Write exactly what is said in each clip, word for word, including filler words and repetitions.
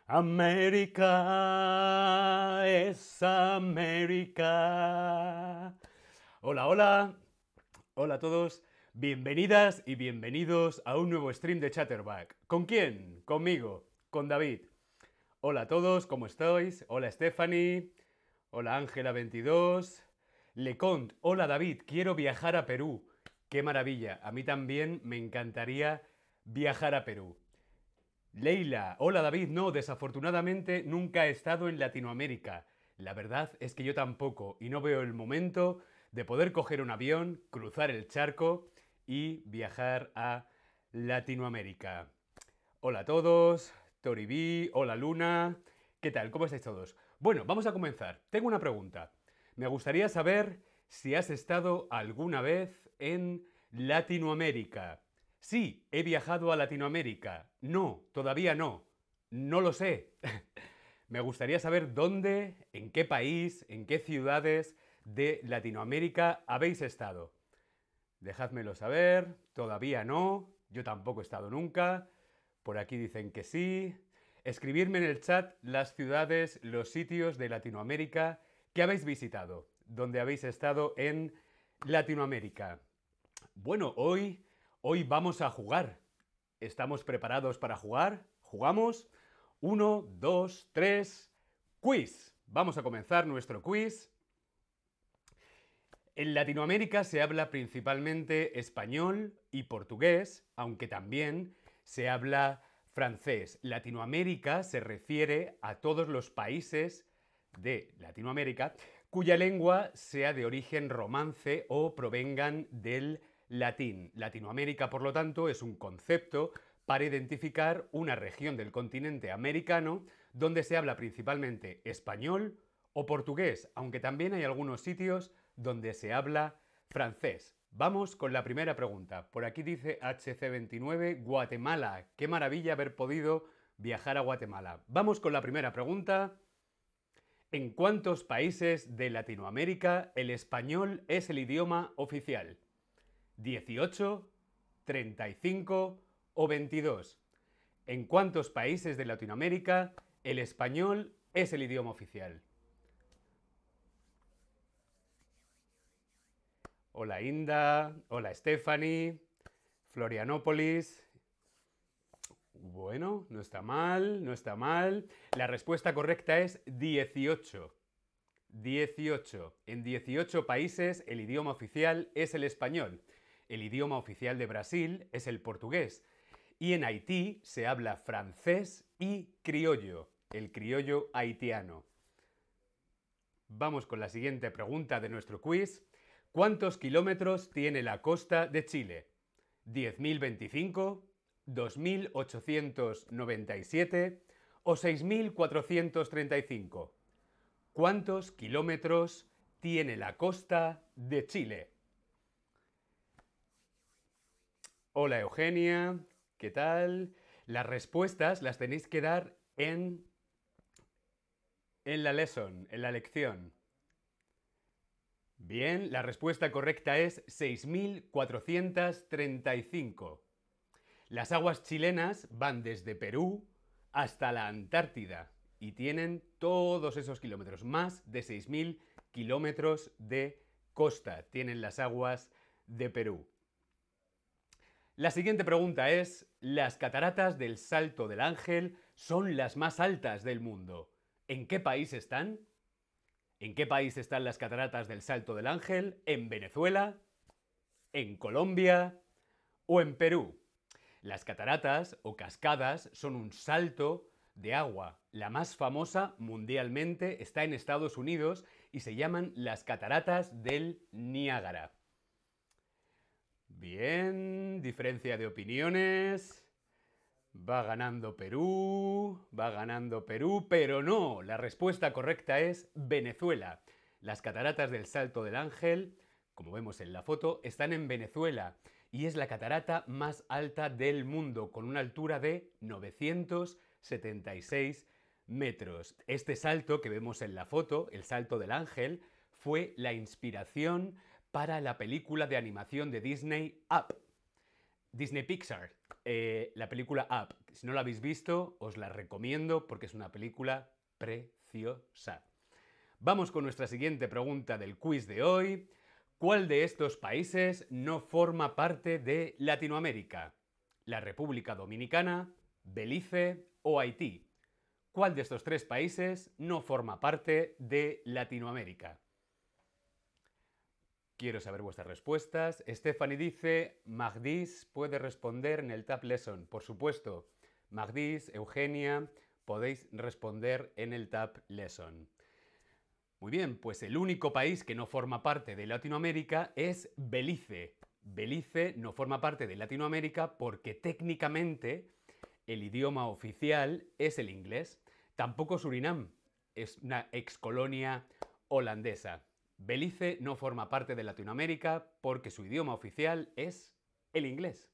América es América. Hola, hola. Hola a todos. Bienvenidas y bienvenidos a un nuevo stream de Chatterback. ¿Con quién? Conmigo, con David. Hola a todos, ¿cómo estáis? Hola Stephanie. Hola Ángela veintidós. Lecont, hola David, quiero viajar a Perú. Qué maravilla, a mí también me encantaría viajar a Perú. Leila, hola David, no, desafortunadamente nunca he estado en Latinoamérica. La verdad es que yo tampoco y no veo el momento de poder coger un avión, cruzar el charco y viajar a Latinoamérica. Hola a todos, Toribi, hola Luna, ¿qué tal? ¿Cómo estáis todos? Bueno, vamos a comenzar. Tengo una pregunta. Me gustaría saber si has estado alguna vez en Latinoamérica. Sí, he viajado a Latinoamérica. No, todavía no. No lo sé. Me gustaría saber dónde, en qué país, en qué ciudades de Latinoamérica habéis estado. Dejádmelo saber. Todavía no. Yo tampoco he estado nunca. Por aquí dicen que sí. Escribirme en el chat las ciudades, los sitios de Latinoamérica que habéis visitado, donde habéis estado en Latinoamérica. Bueno, hoy, hoy vamos a jugar. ¿Estamos preparados para jugar? ¿Jugamos? Uno, dos, tres. Quiz. Vamos a comenzar nuestro quiz. En Latinoamérica se habla principalmente español y portugués, aunque también se habla francés. Latinoamérica se refiere a todos los países de Latinoamérica cuya lengua sea de origen romance o provengan del latín. Latinoamérica, por lo tanto, es un concepto para identificar una región del continente americano donde se habla principalmente español o portugués, aunque también hay algunos sitios donde se habla francés. Vamos con la primera pregunta. Por aquí dice H C veintinueve, Guatemala. Qué maravilla haber podido viajar a Guatemala. Vamos con la primera pregunta. ¿En cuántos países de Latinoamérica el español es el idioma oficial? ¿dieciocho, treinta y cinco o veintidós? ¿En cuántos países de Latinoamérica el español es el idioma oficial? Hola Inda, hola Stephanie, Florianópolis. Bueno, no está mal, no está mal. La respuesta correcta es dieciocho. dieciocho. En dieciocho países el idioma oficial es el español. El idioma oficial de Brasil es el portugués. Y en Haití se habla francés y criollo, el criollo haitiano. Vamos con la siguiente pregunta de nuestro quiz. ¿Cuántos kilómetros tiene la costa de Chile? ¿diez mil veinticinco, dos mil ochocientos noventa y siete o seis mil cuatrocientos treinta y cinco? ¿Cuántos kilómetros tiene la costa de Chile? Hola Eugenia, ¿qué tal? Las respuestas las tenéis que dar en, en la lesson, en la lección. Bien, la respuesta correcta es seis mil cuatrocientos treinta y cinco. Las aguas chilenas van desde Perú hasta la Antártida y tienen todos esos kilómetros, más de seis mil kilómetros de costa tienen las aguas de Perú. La siguiente pregunta es, ¿las cataratas del Salto del Ángel son las más altas del mundo? ¿En qué país están? ¿En qué país están las cataratas del Salto del Ángel? ¿En Venezuela? ¿En Colombia? ¿O en Perú? Las cataratas o cascadas son un salto de agua. La más famosa mundialmente está en Estados Unidos y se llaman las cataratas del Niágara. Bien, diferencia de opiniones. Va ganando Perú, va ganando Perú, pero no, la respuesta correcta es Venezuela. Las cataratas del Salto del Ángel, como vemos en la foto, están en Venezuela y es la catarata más alta del mundo, con una altura de novecientos setenta y seis metros. Este salto que vemos en la foto, el Salto del Ángel, fue la inspiración para la película de animación de Disney Up. Disney Pixar, eh, la película Up. Si no la habéis visto, os la recomiendo porque es una película preciosa. Vamos con nuestra siguiente pregunta del quiz de hoy. ¿Cuál de estos países no forma parte de Latinoamérica? ¿La República Dominicana, Belice o Haití? ¿Cuál de estos tres países no forma parte de Latinoamérica? Quiero saber vuestras respuestas. Stephanie dice, Magdis puede responder en el Tab Lesson. Por supuesto, Magdis, Eugenia, podéis responder en el Tab Lesson. Muy bien, pues el único país que no forma parte de Latinoamérica es Belice. Belice no forma parte de Latinoamérica porque técnicamente el idioma oficial es el inglés. Tampoco Surinam, es una excolonia holandesa. Belice no forma parte de Latinoamérica porque su idioma oficial es el inglés.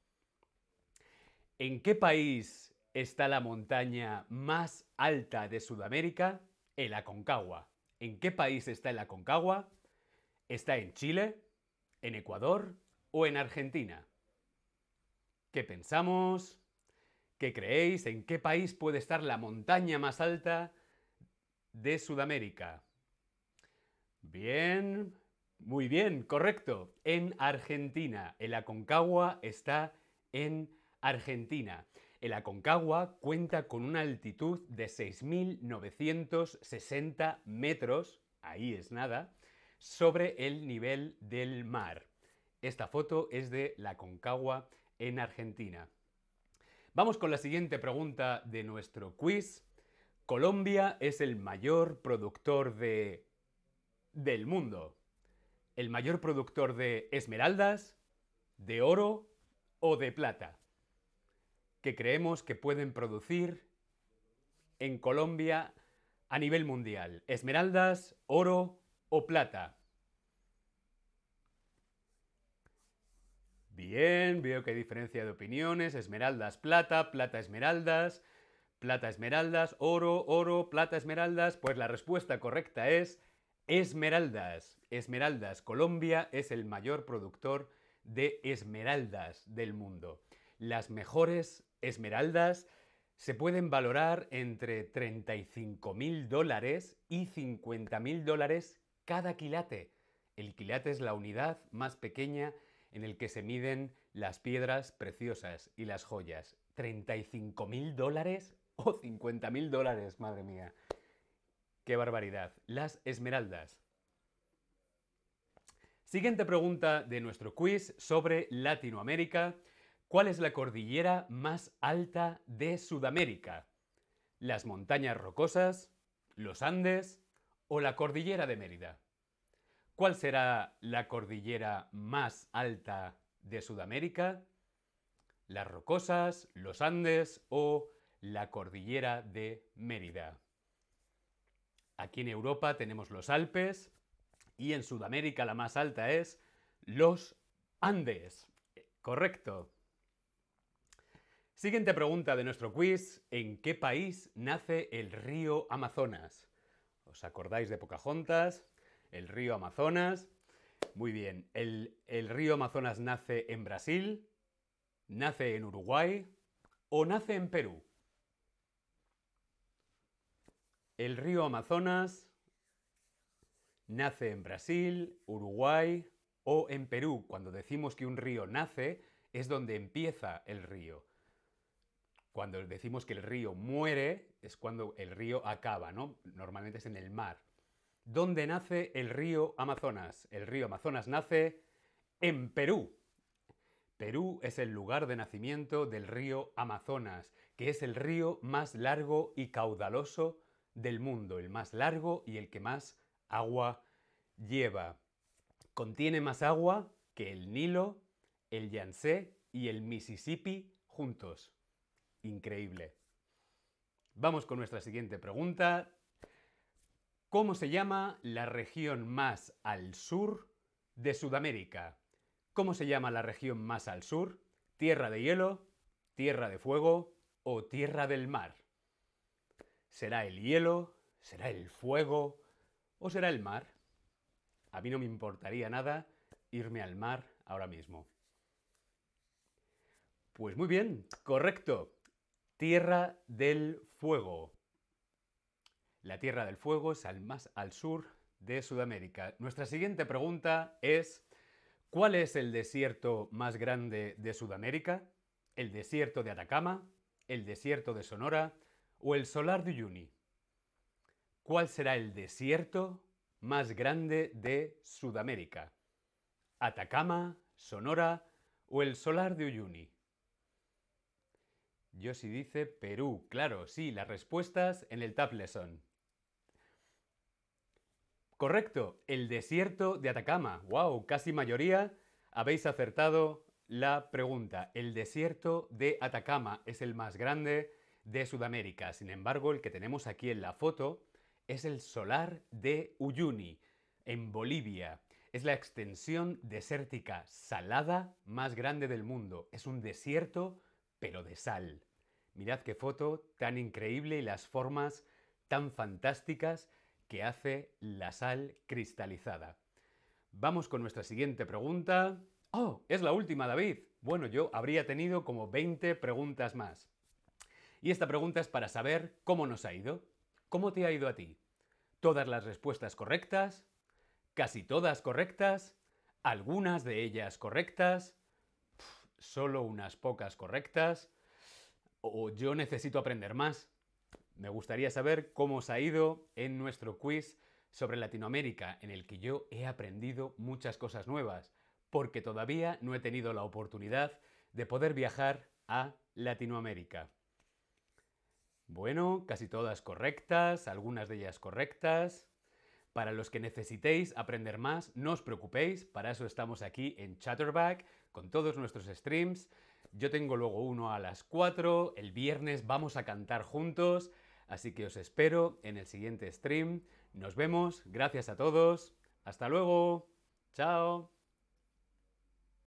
¿En qué país está la montaña más alta de Sudamérica? El Aconcagua. ¿En qué país está el Aconcagua? ¿Está en Chile, en Ecuador o en Argentina? ¿Qué pensamos? ¿Qué creéis? ¿En qué país puede estar la montaña más alta de Sudamérica? Bien, muy bien, correcto. En Argentina. El Aconcagua está en Argentina. El Aconcagua cuenta con una altitud de seis mil novecientos sesenta metros, ahí es nada, sobre el nivel del mar. Esta foto es de la Aconcagua en Argentina. Vamos con la siguiente pregunta de nuestro quiz. Colombia es el mayor productor de... del mundo. ¿El mayor productor de esmeraldas, de oro o de plata? Que creemos que pueden producir en Colombia a nivel mundial. ¿Esmeraldas, oro o plata? Bien, veo que hay diferencia de opiniones. Esmeraldas, plata, plata, esmeraldas, plata, esmeraldas, oro, oro, plata, esmeraldas. Pues la respuesta correcta es esmeraldas. Esmeraldas. Colombia es el mayor productor de esmeraldas del mundo. Las mejores esmeraldas se pueden valorar entre treinta y cinco mil dólares y cincuenta mil dólares cada quilate. El quilate es la unidad más pequeña en el que se miden las piedras preciosas y las joyas. ¿treinta y cinco mil dólares o cincuenta mil dólares? Madre mía. ¡Qué barbaridad! Las esmeraldas. Siguiente pregunta de nuestro quiz sobre Latinoamérica. ¿Cuál es la cordillera más alta de Sudamérica? ¿Las montañas rocosas, los Andes o la cordillera de Mérida? ¿Cuál será la cordillera más alta de Sudamérica? ¿Las rocosas, los Andes o la cordillera de Mérida? Aquí en Europa tenemos los Alpes y en Sudamérica la más alta es los Andes. Correcto. Siguiente pregunta de nuestro quiz. ¿En qué país nace el río Amazonas? ¿Os acordáis de Pocahontas? El río Amazonas. Muy bien. ¿El, el río Amazonas nace en Brasil? ¿Nace en Uruguay? ¿O nace en Perú? El río Amazonas nace en Brasil, Uruguay o en Perú. Cuando decimos que un río nace, es donde empieza el río. Cuando decimos que el río muere, es cuando el río acaba, ¿no? Normalmente es en el mar. ¿Dónde nace el río Amazonas? El río Amazonas nace en Perú. Perú es el lugar de nacimiento del río Amazonas, que es el río más largo y caudaloso del mundo, el más largo y el que más agua lleva. Contiene más agua que el Nilo, el Yangtze y el Mississippi juntos. Increíble. Vamos con nuestra siguiente pregunta. ¿Cómo se llama la región más al sur de Sudamérica? ¿Cómo se llama la región más al sur? ¿Tierra de hielo, tierra de fuego o tierra del mar? ¿Será el hielo? ¿Será el fuego? ¿O será el mar? A mí no me importaría nada irme al mar ahora mismo. Pues muy bien, correcto. Tierra del Fuego. La Tierra del Fuego es al más al sur de Sudamérica. Nuestra siguiente pregunta es, ¿cuál es el desierto más grande de Sudamérica? ¿El desierto de Atacama? ¿El desierto de Sonora? ¿O el solar de Uyuni? ¿Cuál será el desierto más grande de Sudamérica? ¿Atacama, Sonora o el solar de Uyuni? Yoshi dice Perú. Claro, sí, las respuestas en el Tab Lesson. Correcto, el desierto de Atacama. ¡Wow! Casi mayoría habéis acertado la pregunta. El desierto de Atacama es el más grande de Sudamérica. Sin embargo, el que tenemos aquí en la foto es el solar de Uyuni, en Bolivia. Es la extensión desértica salada más grande del mundo. Es un desierto, pero de sal. Mirad qué foto tan increíble y las formas tan fantásticas que hace la sal cristalizada. Vamos con nuestra siguiente pregunta. ¡Oh! Es la última, David. Bueno, yo habría tenido como veinte preguntas más. Y esta pregunta es para saber cómo nos ha ido. ¿Cómo te ha ido a ti? ¿Todas las respuestas correctas? ¿Casi todas correctas? ¿Algunas de ellas correctas? Pff, ¿Solo unas pocas correctas? ¿O yo necesito aprender más? Me gustaría saber cómo os ha ido en nuestro quiz sobre Latinoamérica, en el que yo he aprendido muchas cosas nuevas, porque todavía no he tenido la oportunidad de poder viajar a Latinoamérica. Bueno, casi todas correctas, algunas de ellas correctas. Para los que necesitéis aprender más, no os preocupéis, para eso estamos aquí en Chatterback, con todos nuestros streams. Yo tengo luego uno a las cuatro, el viernes vamos a cantar juntos, así que os espero en el siguiente stream. Nos vemos, gracias a todos, hasta luego, chao.